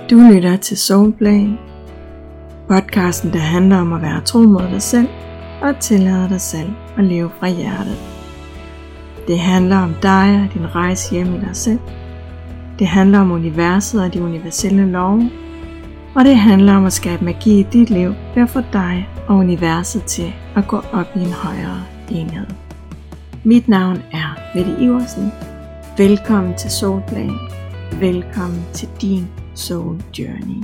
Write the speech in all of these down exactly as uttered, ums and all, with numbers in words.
Du lytter til Soulplay, podcasten der handler om at være tro mod dig selv og tillade dig selv at leve fra hjertet. Det handler om dig og din rejse hjem i dig selv. Det handler om universet og de universelle love. Og det handler om at skabe magi i dit liv ved at få dig og universet til at gå op i en højere enhed. Mit navn er Mette Iversen. Velkommen til Soulplay. Velkommen til din Soul Journey.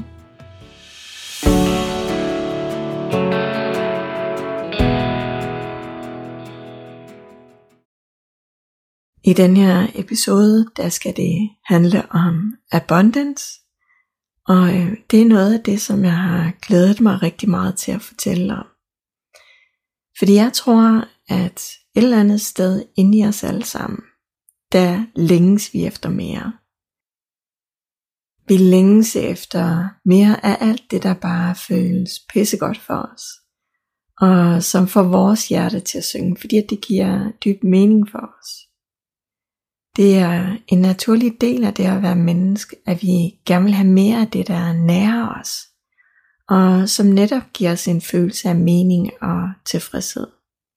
I den her episode, der skal det handle om abundance. Og det er noget af det, som jeg har glædet mig rigtig meget til at fortælle om. Fordi jeg tror, at et eller andet sted inde i os alle sammen, der længes vi efter mere. Vi længes efter mere af alt det, der bare føles pissegodt for os. Og som får vores hjerte til at synge, fordi det giver dyb mening for os. Det er en naturlig del af det at være menneske, at vi gerne vil have mere af det, der er nære os. Og som netop giver os en følelse af mening og tilfredshed.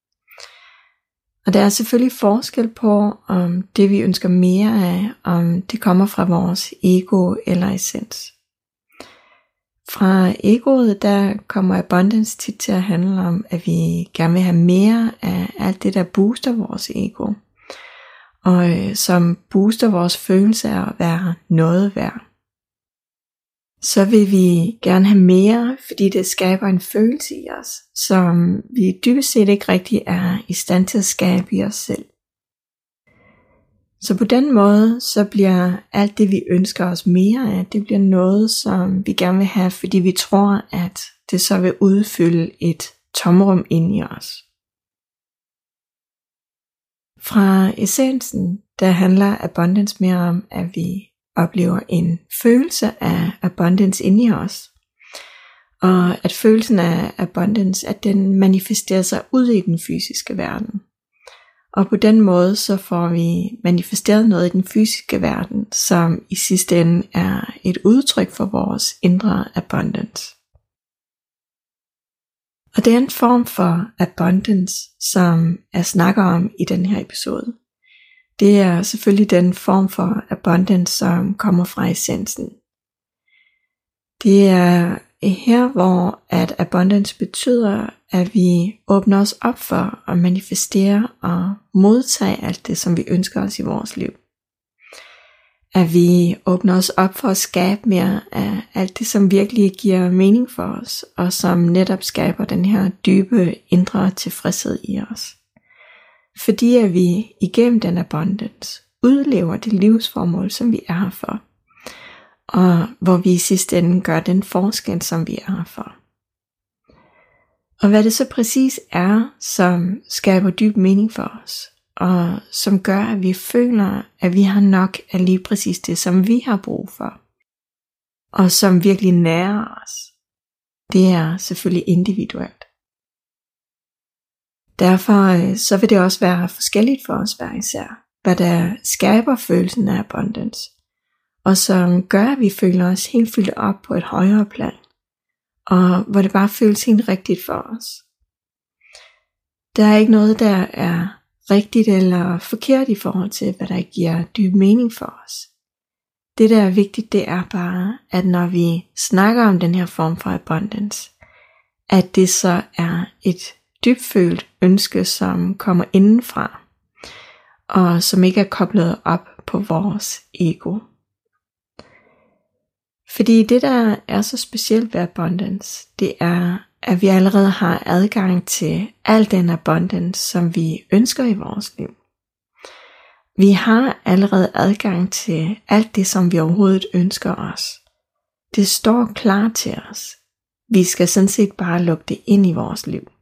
Og der er selvfølgelig forskel på, om det vi ønsker mere af, om det kommer fra vores ego eller essens. Fra egoet, der kommer abundance tit til at handle om, at vi gerne vil have mere af alt det, der booster vores ego. Og øh, som booster vores følelse af at være noget værd. Så vil vi gerne have mere, fordi det skaber en følelse i os, som vi dybest set ikke rigtig er i stand til at skabe i os selv. Så på den måde, så bliver alt det vi ønsker os mere af, det bliver noget som vi gerne vil have, fordi vi tror at det så vil udfylde et tomrum ind i os. Fra essensen, der handler abundance mere om, at vi oplever en følelse af abundance inde i os. Og at følelsen af abundance, at den manifesterer sig ud i den fysiske verden. Og på den måde, så får vi manifesteret noget i den fysiske verden, som i sidste ende er et udtryk for vores indre abundance. Og det er en form for abundance, som jeg snakker om i den her episode. Det er selvfølgelig den form for abundance, som kommer fra essensen. Det er her, hvor at abundance betyder, at vi åbner os op for at manifestere og modtage alt det, som vi ønsker os i vores liv. At vi åbner os op for at skabe mere af alt det, som virkelig giver mening for os, og som netop skaber den her dybe indre tilfredshed i os. Fordi at vi igennem den abundance udlever det livsformål, som vi er her for. Og hvor vi i sidste ende gør den forskel, som vi er her for. Og hvad det så præcis er, som skaber dyb mening for os. Og som gør, at vi føler, at vi har nok af lige præcis det, som vi har brug for. Og som virkelig nærer os. Det er selvfølgelig individuelt. Derfor så vil det også være forskelligt for os hver især, hvad der skaber følelsen af abundance, og som gør, at vi føler os helt fyldt op på et højere plan, og hvor det bare føles helt rigtigt for os. Der er ikke noget, der er rigtigt eller forkert i forhold til, hvad der giver dyb mening for os. Det, der er vigtigt, det er bare, at når vi snakker om den her form for abundance, at det så er et dybfølt ønske, som kommer indenfra, og som ikke er koblet op på vores ego. Fordi det, der er så specielt ved abundance, det er, at vi allerede har adgang til al den abundance, som vi ønsker i vores liv. Vi har allerede adgang til alt det, som vi overhovedet ønsker os. Det står klar til os. Vi skal sådan set bare lukke det ind i vores liv.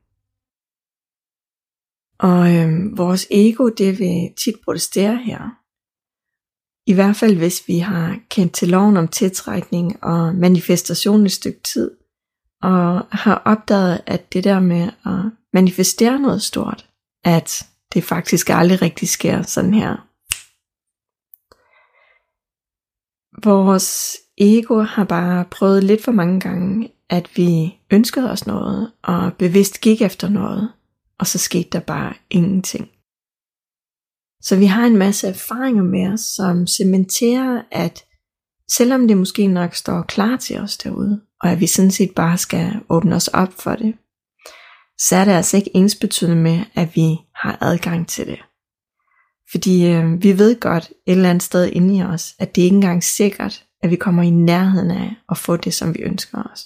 Og øhm, vores ego, det vil tit protestere her. I hvert fald hvis vi har kendt til loven om tiltrækning og manifestation et stykke tid, og har opdaget, at det der med at manifestere noget stort, at det faktisk aldrig rigtig sker sådan her. Vores ego har bare prøvet lidt for mange gange, at vi ønskede os noget, og bevidst gik efter noget, og så skete der bare ingenting. Så vi har en masse erfaringer med os, som cementerer, at selvom det måske nok står klar til os derude, og at vi sådan set bare skal åbne os op for det, så er det altså ikke ensbetydende med, at vi har adgang til det. Fordi øh, vi ved godt et eller andet sted inde i os, at det ikke engang er sikkert, at vi kommer i nærheden af at få det, som vi ønsker os.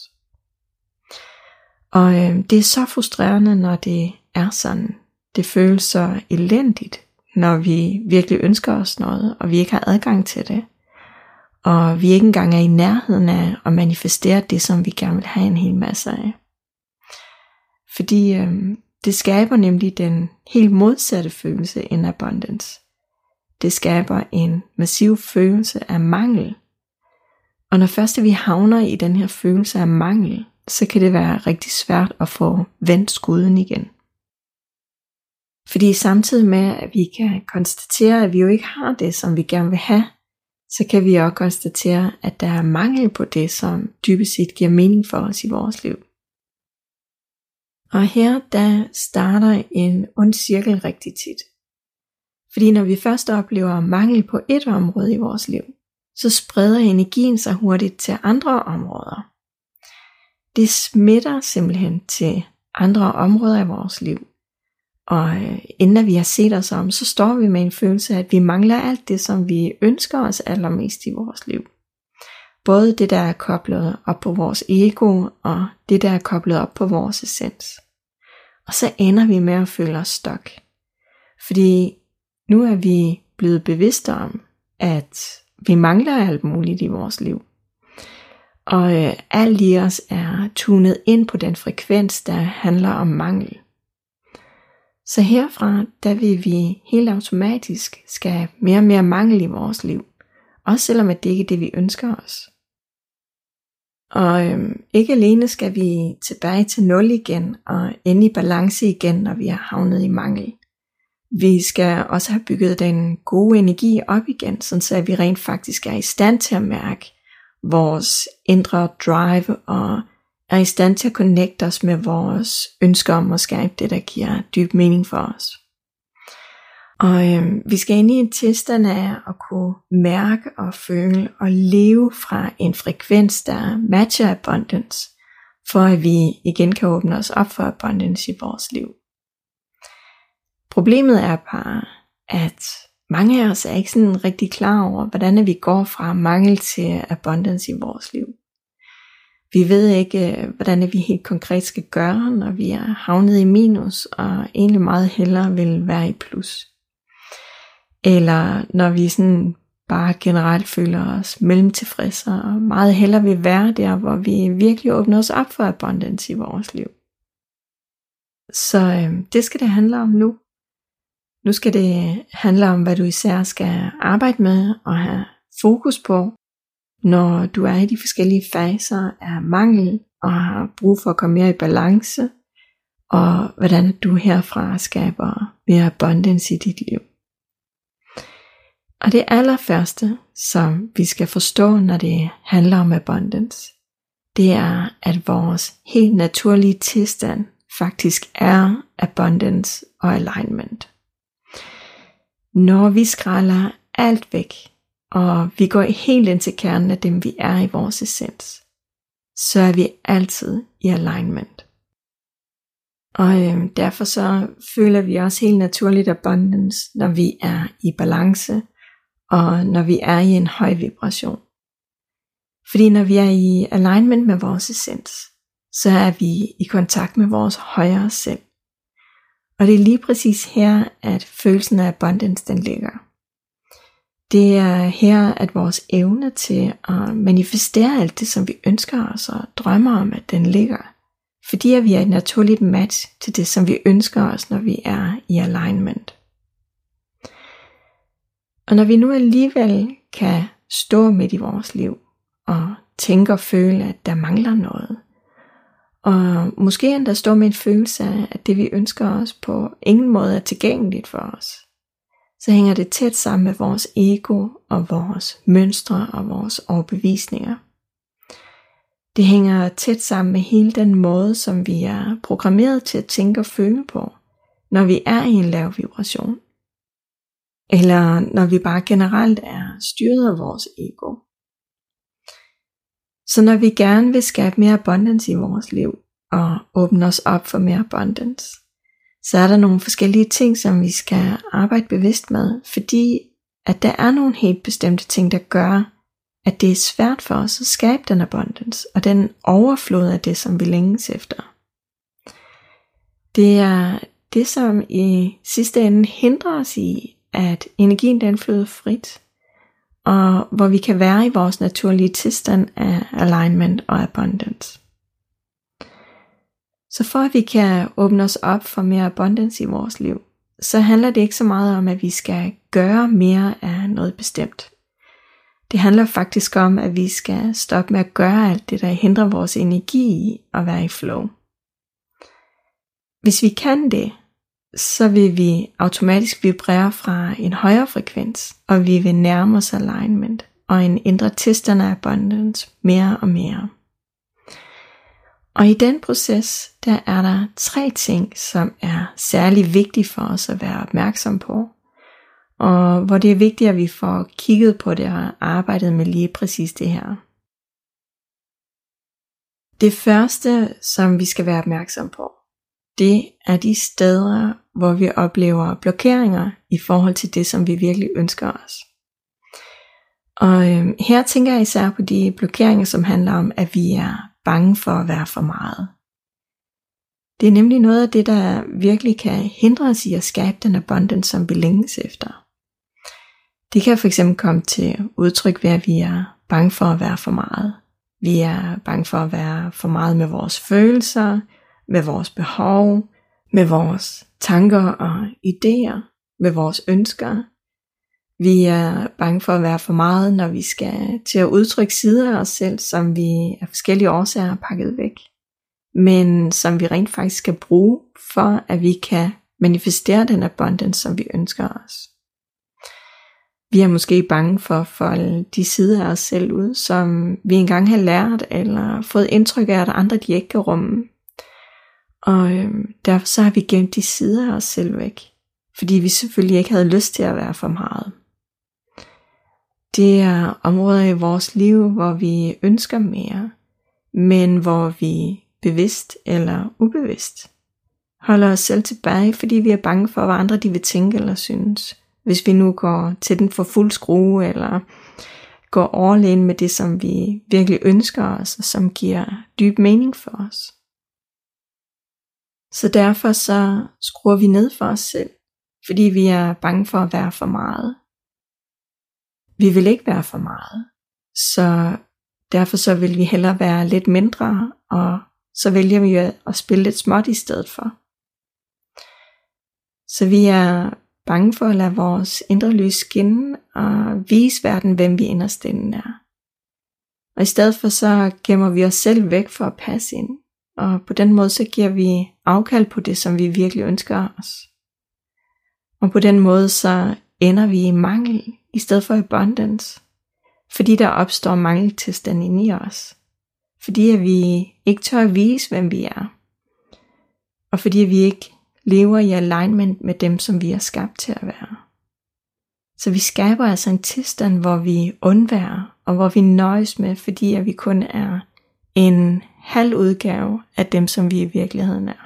Og øh, det er så frustrerende, når det er sådan. Det føles så elendigt, når vi virkelig ønsker os noget, og vi ikke har adgang til det. Og vi ikke engang er i nærheden af at manifestere det, som vi gerne vil have en hel masse af. Fordi øh, det skaber nemlig den helt modsatte følelse end abundance. Det skaber en massiv følelse af mangel. Og når først vi havner i den her følelse af mangel, så kan det være rigtig svært at få vendt skuden igen. Fordi samtidig med, at vi kan konstatere, at vi jo ikke har det, som vi gerne vil have, så kan vi også konstatere, at der er mangel på det, som dybest set giver mening for os i vores liv. Og her der starter en ond cirkel rigtig tit. Fordi når vi først oplever mangel på et område i vores liv, så spreder energien sig hurtigt til andre områder. Det smitter simpelthen til andre områder i vores liv. Og inden vi har set os om, så står vi med en følelse af, at vi mangler alt det, som vi ønsker os allermest i vores liv. Både det, der er koblet op på vores ego, og det, der er koblet op på vores essens. Og så ender vi med at føle os stok. Fordi nu er vi blevet bevidste om, at vi mangler alt muligt i vores liv. Og øh, alt i os er tunet ind på den frekvens, der handler om mangel. Så herfra, der vil vi helt automatisk skabe mere og mere mangel i vores liv. Også selvom at det ikke er det, vi ønsker os. Og øhm, ikke alene skal vi tilbage til nul igen og ende i balance igen, når vi har havnet i mangel. Vi skal også have bygget den gode energi op igen, så vi rent faktisk er i stand til at mærke vores indre drive og er i stand til at connecte os med vores ønsker om at skabe det, der giver dyb mening for os. Og øh, vi skal ind i en tilstand af at kunne mærke og føle og leve fra en frekvens, der matcher abundance, for at vi igen kan åbne os op for abundance i vores liv. Problemet er bare, at mange af os er ikke sådan rigtig klar over, hvordan vi går fra mangel til abundance i vores liv. Vi ved ikke, hvordan vi helt konkret skal gøre, når vi er havnet i minus, og egentlig meget hellere vil være i plus. Eller når vi sådan bare generelt føler os mellemtilfredse, og meget hellere vil være der, hvor vi virkelig åbner os op for abundance i vores liv. Så øh, det skal det handle om nu. Nu skal det handle om, hvad du især skal arbejde med og have fokus på, når du er i de forskellige faser af mangel og har brug for at komme mere i balance, og hvordan du herfra skaber mere abundance i dit liv. Og det allerførste, som vi skal forstå, når det handler om abundance, det er, at vores helt naturlige tilstand faktisk er abundance og alignment. Når vi skræller alt væk, og vi går helt ind til kernen af dem, vi er i vores essens, så er vi altid i alignment. Og øh, derfor så føler vi også helt naturligt abundance, når vi er i balance, og når vi er i en høj vibration. Fordi når vi er i alignment med vores essens, så er vi i kontakt med vores højere selv. Og det er lige præcis her, at følelsen af abundance den ligger. Det er her, at vores evne til at manifestere alt det, som vi ønsker os og drømmer om, at den ligger. Fordi at vi er et naturligt match til det, som vi ønsker os, når vi er i alignment. Og når vi nu alligevel kan stå midt i vores liv og tænke og føle, at der mangler noget, og måske endda stå med en følelse af, at det vi ønsker os på ingen måde er tilgængeligt for os, så hænger det tæt sammen med vores ego og vores mønstre og vores overbevisninger. Det hænger tæt sammen med hele den måde, som vi er programmeret til at tænke og føle på, når vi er i en lav vibration. Eller når vi bare generelt er styret af vores ego. Så når vi gerne vil skabe mere abundance i vores liv, og åbne os op for mere abundance, så er der nogle forskellige ting, som vi skal arbejde bevidst med, fordi at der er nogle helt bestemte ting, der gør, at det er svært for os at skabe den abundance, og den overflod af det, som vi længes efter. Det er det, som i sidste ende hindrer os i, at energien den flyder frit, og hvor vi kan være i vores naturlige tilstand af alignment og abundance. Så for at vi kan åbne os op for mere abundance i vores liv, så handler det ikke så meget om, at vi skal gøre mere af noget bestemt. Det handler faktisk om, at vi skal stoppe med at gøre alt det, der hindrer vores energi i at være i flow. Hvis vi kan det, så vil vi automatisk vibrere fra en højere frekvens, og vi vil nærme os alignment og en indre tilstand af abundance mere og mere. Og i den proces, der er der tre ting, som er særlig vigtige for os at være opmærksom på, og hvor det er vigtigt, at vi får kigget på det og arbejdet med lige præcis det her. Det første, som vi skal være opmærksom på, det er de steder, hvor vi oplever blokeringer i forhold til det, som vi virkelig ønsker os. Og øhm, her tænker jeg især på de blokeringer, som handler om, at vi er bange for at være for meget. Det er nemlig noget af det, der virkelig kan hindre os i at skabe den abundance, som vi længes efter. Det kan fx komme til udtryk ved, at vi er bange for at være for meget. Vi er bange for at være for meget med vores følelser, med vores behov, med vores tanker og idéer, med vores ønsker. Vi er bange for at være for meget, når vi skal til at udtrykke sider af os selv, som vi af forskellige årsager har pakket væk, men som vi rent faktisk skal bruge, for at vi kan manifestere den abundance, som vi ønsker os. Vi er måske bange for at folde de sider af os selv ud, som vi engang har lært, eller fået indtryk af, at andre de ikke kan rumme. Og øhm, derfor så har vi gemt de sider af os selv væk, fordi vi selvfølgelig ikke havde lyst til at være for meget. Det er områder i vores liv, hvor vi ønsker mere, men hvor vi bevidst eller ubevidst holder os selv tilbage, fordi vi er bange for, hvad andre de vil tænke eller synes, hvis vi nu går til den for fuld skrue, eller går all in med det, som vi virkelig ønsker os, og som giver dyb mening for os. Så derfor så skruer vi ned for os selv, fordi vi er bange for at være for meget. Vi vil ikke være for meget, så derfor så vil vi hellere være lidt mindre, og så vælger vi at spille lidt småt i stedet for. Så vi er bange for at lade vores indre lys skinne og vise verden, hvem vi inderst inde er. Og i stedet for så gemmer vi os selv væk for at passe ind, og på den måde så giver vi afkald på det, som vi virkelig ønsker os. Og på den måde så ender vi i mangel i stedet for abundance, fordi der opstår mangeltilstand inde i os. Fordi at vi ikke tør at vise, hvem vi er. Og fordi vi ikke lever i alignment med dem, som vi er skabt til at være. Så vi skaber altså en tilstand, hvor vi undværer, og hvor vi nøjes med, fordi at vi kun er en halv udgave af dem, som vi i virkeligheden er.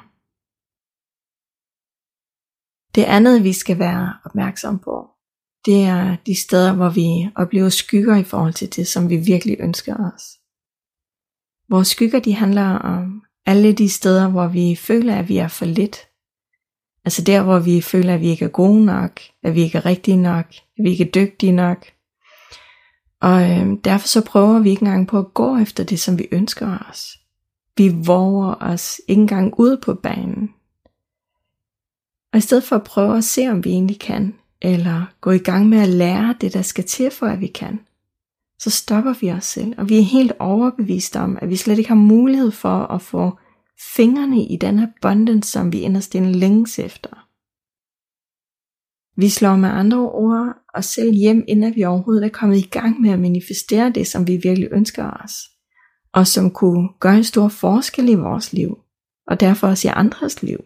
Det andet, vi skal være opmærksom på, det er de steder, hvor vi oplever skygger i forhold til det, som vi virkelig ønsker os. Vores skygger, de handler om alle de steder, hvor vi føler, at vi er for lidt. Altså der, hvor vi føler, at vi ikke er gode nok, at vi ikke er rigtige nok, at vi ikke er dygtige nok. Og øh, derfor så prøver vi ikke engang på at gå efter det, som vi ønsker os. Vi våger os ikke engang ude på banen. Og i stedet for at prøve at se, om vi egentlig kan, eller gå i gang med at lære det, der skal til for, at vi kan, så stopper vi os selv, og vi er helt overbevist om, at vi slet ikke har mulighed for at få fingrene i den abundance, som vi inderst inde længes efter. Vi slår med andre ord os selv hjem, inden vi overhovedet er kommet i gang med at manifestere det, som vi virkelig ønsker os, og som kunne gøre en stor forskel i vores liv, og derfor også i andres liv.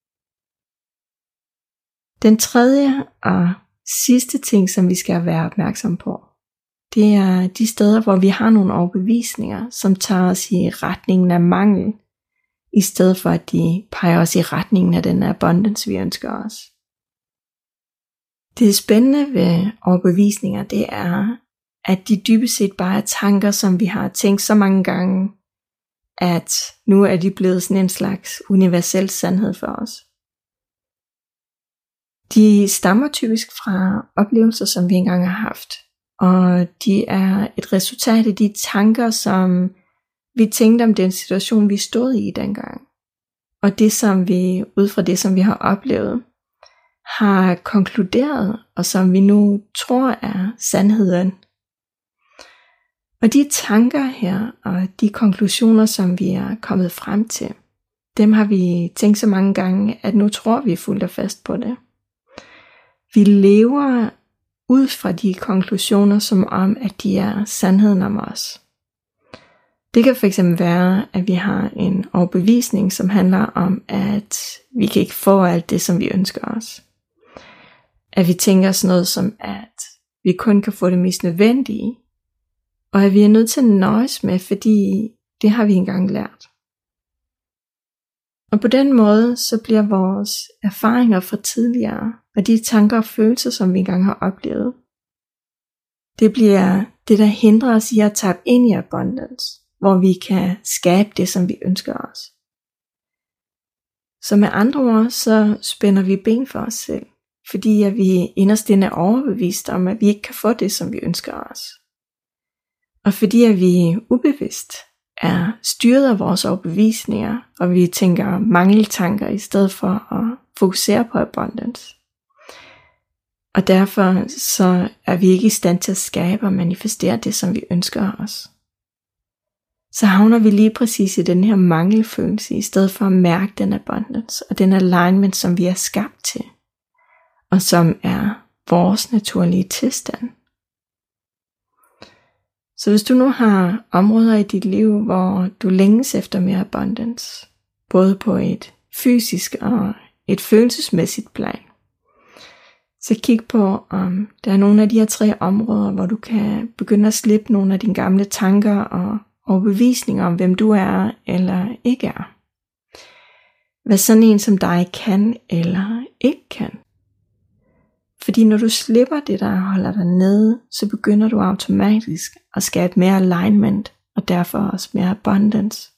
Den tredje og sidste ting, som vi skal være opmærksom på, det er de steder, hvor vi har nogle overbevisninger, som tager os i retningen af mangel, i stedet for at de peger os i retningen af den abundance, vi ønsker os. Det spændende ved overbevisninger, det er, at de dybest set bare er tanker, som vi har tænkt så mange gange, at nu er de blevet sådan en slags universel sandhed for os. De stammer typisk fra oplevelser, som vi engang har haft, og de er et resultat af de tanker, som vi tænkte om den situation, vi stod i dengang. Og det, som vi, ud fra det, som vi har oplevet, har konkluderet, og som vi nu tror er sandheden. Og de tanker her, og de konklusioner, som vi er kommet frem til, dem har vi tænkt så mange gange, at nu tror vi fuldt og fast på det. Vi lever ud fra de konklusioner, som om, at de er sandheden om os. Det kan fx være, at vi har en overbevisning, som handler om, at vi kan ikke få alt det, som vi ønsker os. At vi tænker sådan noget som, at vi kun kan få det mest nødvendige, og at vi er nødt til at nøjes med, fordi det har vi engang lært. Og på den måde, så bliver vores erfaringer fra tidligere, og de tanker og følelser, som vi engang har oplevet, det bliver det, der hindrer os i at tabe ind i abundance, hvor vi kan skabe det, som vi ønsker os. Så med andre ord, så spænder vi ben for os selv, fordi at vi inderst inde er overbevist om, at vi ikke kan få det, som vi ønsker os. Og fordi at vi ubevidst er styret af vores overbevisninger, og vi tænker mangeltanker i stedet for at fokusere på abundance. Og derfor så er vi ikke i stand til at skabe og manifestere det, som vi ønsker os. Så havner vi lige præcis i den her mangelfølelse, i stedet for at mærke den abundance og den alignment, som vi er skabt til, og som er vores naturlige tilstand. Så hvis du nu har områder i dit liv, hvor du længes efter mere abundance, både på et fysisk og et følelsesmæssigt plan, så kig på, om der er nogle af de her tre områder, hvor du kan begynde at slippe nogle af dine gamle tanker og overbevisninger om, hvem du er eller ikke er. Hvad sådan en som dig kan eller ikke kan. Fordi når du slipper det, der holder dig nede, så begynder du automatisk at skabe mere alignment, og derfor også mere abundance.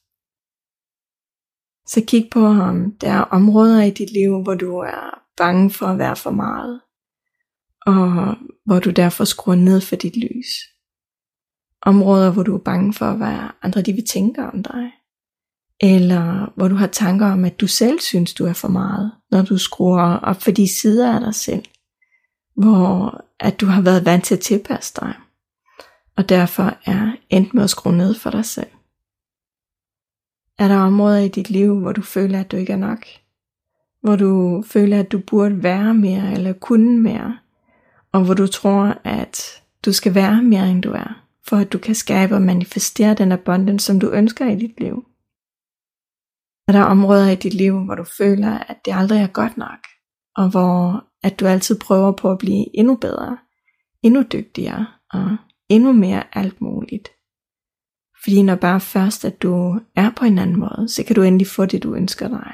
Så kig på, om der er områder i dit liv, hvor du er bange for at være for meget, og hvor du derfor skruer ned for dit lys. Områder, hvor du er bange for, hvad andre de vil tænke om dig. Eller hvor du har tanker om, at du selv synes, du er for meget, når du skruer op for de sider af dig selv. Hvor at du har været vant til at tilpasse dig, og derfor er endt med at skrue ned for dig selv. Er der områder i dit liv, hvor du føler, at du ikke er nok? Hvor du føler, at du burde være mere eller kunne mere? Og hvor du tror, at du skal være mere, end du er, for at du kan skabe og manifestere den abundance, som du ønsker i dit liv? Er der områder i dit liv, hvor du føler, at det aldrig er godt nok, og hvor at du altid prøver på at blive endnu bedre, endnu dygtigere og endnu mere alt muligt? Fordi når bare først, at du er på en anden måde, så kan du endelig få det, du ønsker dig.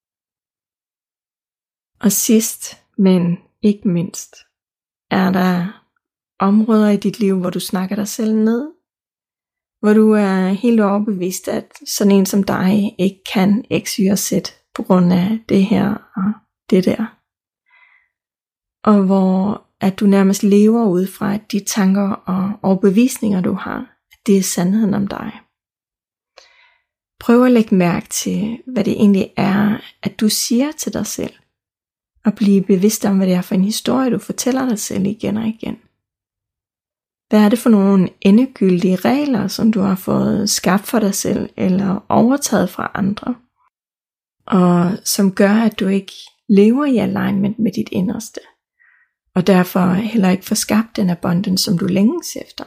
Og sidst, men ikke mindst, er der områder i dit liv, hvor du snakker dig selv ned, hvor du er helt overbevist, at sådan en som dig ikke kan x, y og z på grund af det her og det der. Og hvor at du nærmest lever ud fra, at de tanker og overbevisninger, du har, at det er sandheden om dig. Prøv at lægge mærke til, hvad det egentlig er, at du siger til dig selv. Og blive bevidst om, hvad det er for en historie, du fortæller dig selv igen og igen. Hvad er det for nogle endegyldige regler, som du har fået skabt for dig selv, eller overtaget fra andre, og som gør, at du ikke lever i alignment med dit inderste, og derfor heller ikke får skabt den abundance, som du længes efter.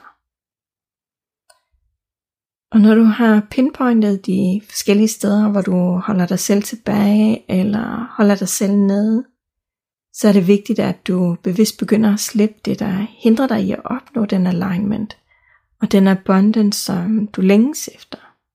Og når du har pinpointet de forskellige steder, hvor du holder dig selv tilbage, eller holder dig selv nede, så er det vigtigt, at du bevidst begynder at slippe det, der hindrer dig i at opnå den alignment, og den abundance, som du længes efter.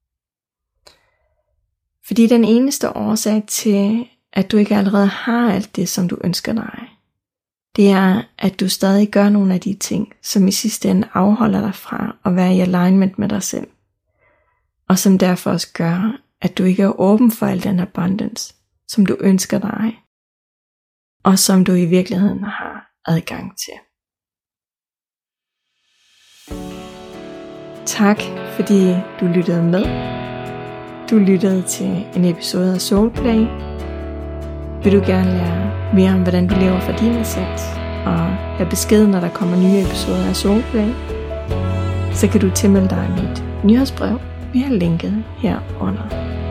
Fordi den eneste årsag til, at du ikke allerede har alt det, som du ønsker dig, det er, at du stadig gør nogle af de ting, som i sidste ende afholder dig fra at være i alignment med dig selv. Og som derfor også gør, at du ikke er åben for al den abundance, som du ønsker dig, og som du i virkeligheden har adgang til. Tak fordi du lyttede med. Du lyttede til en episode af Soulplay. Vil du gerne lære mere om, hvordan du lever for din essens, og have besked, når der kommer nye episoder af Soulplay, så kan du tilmelde dig mit nyhedsbrev via linket herunder.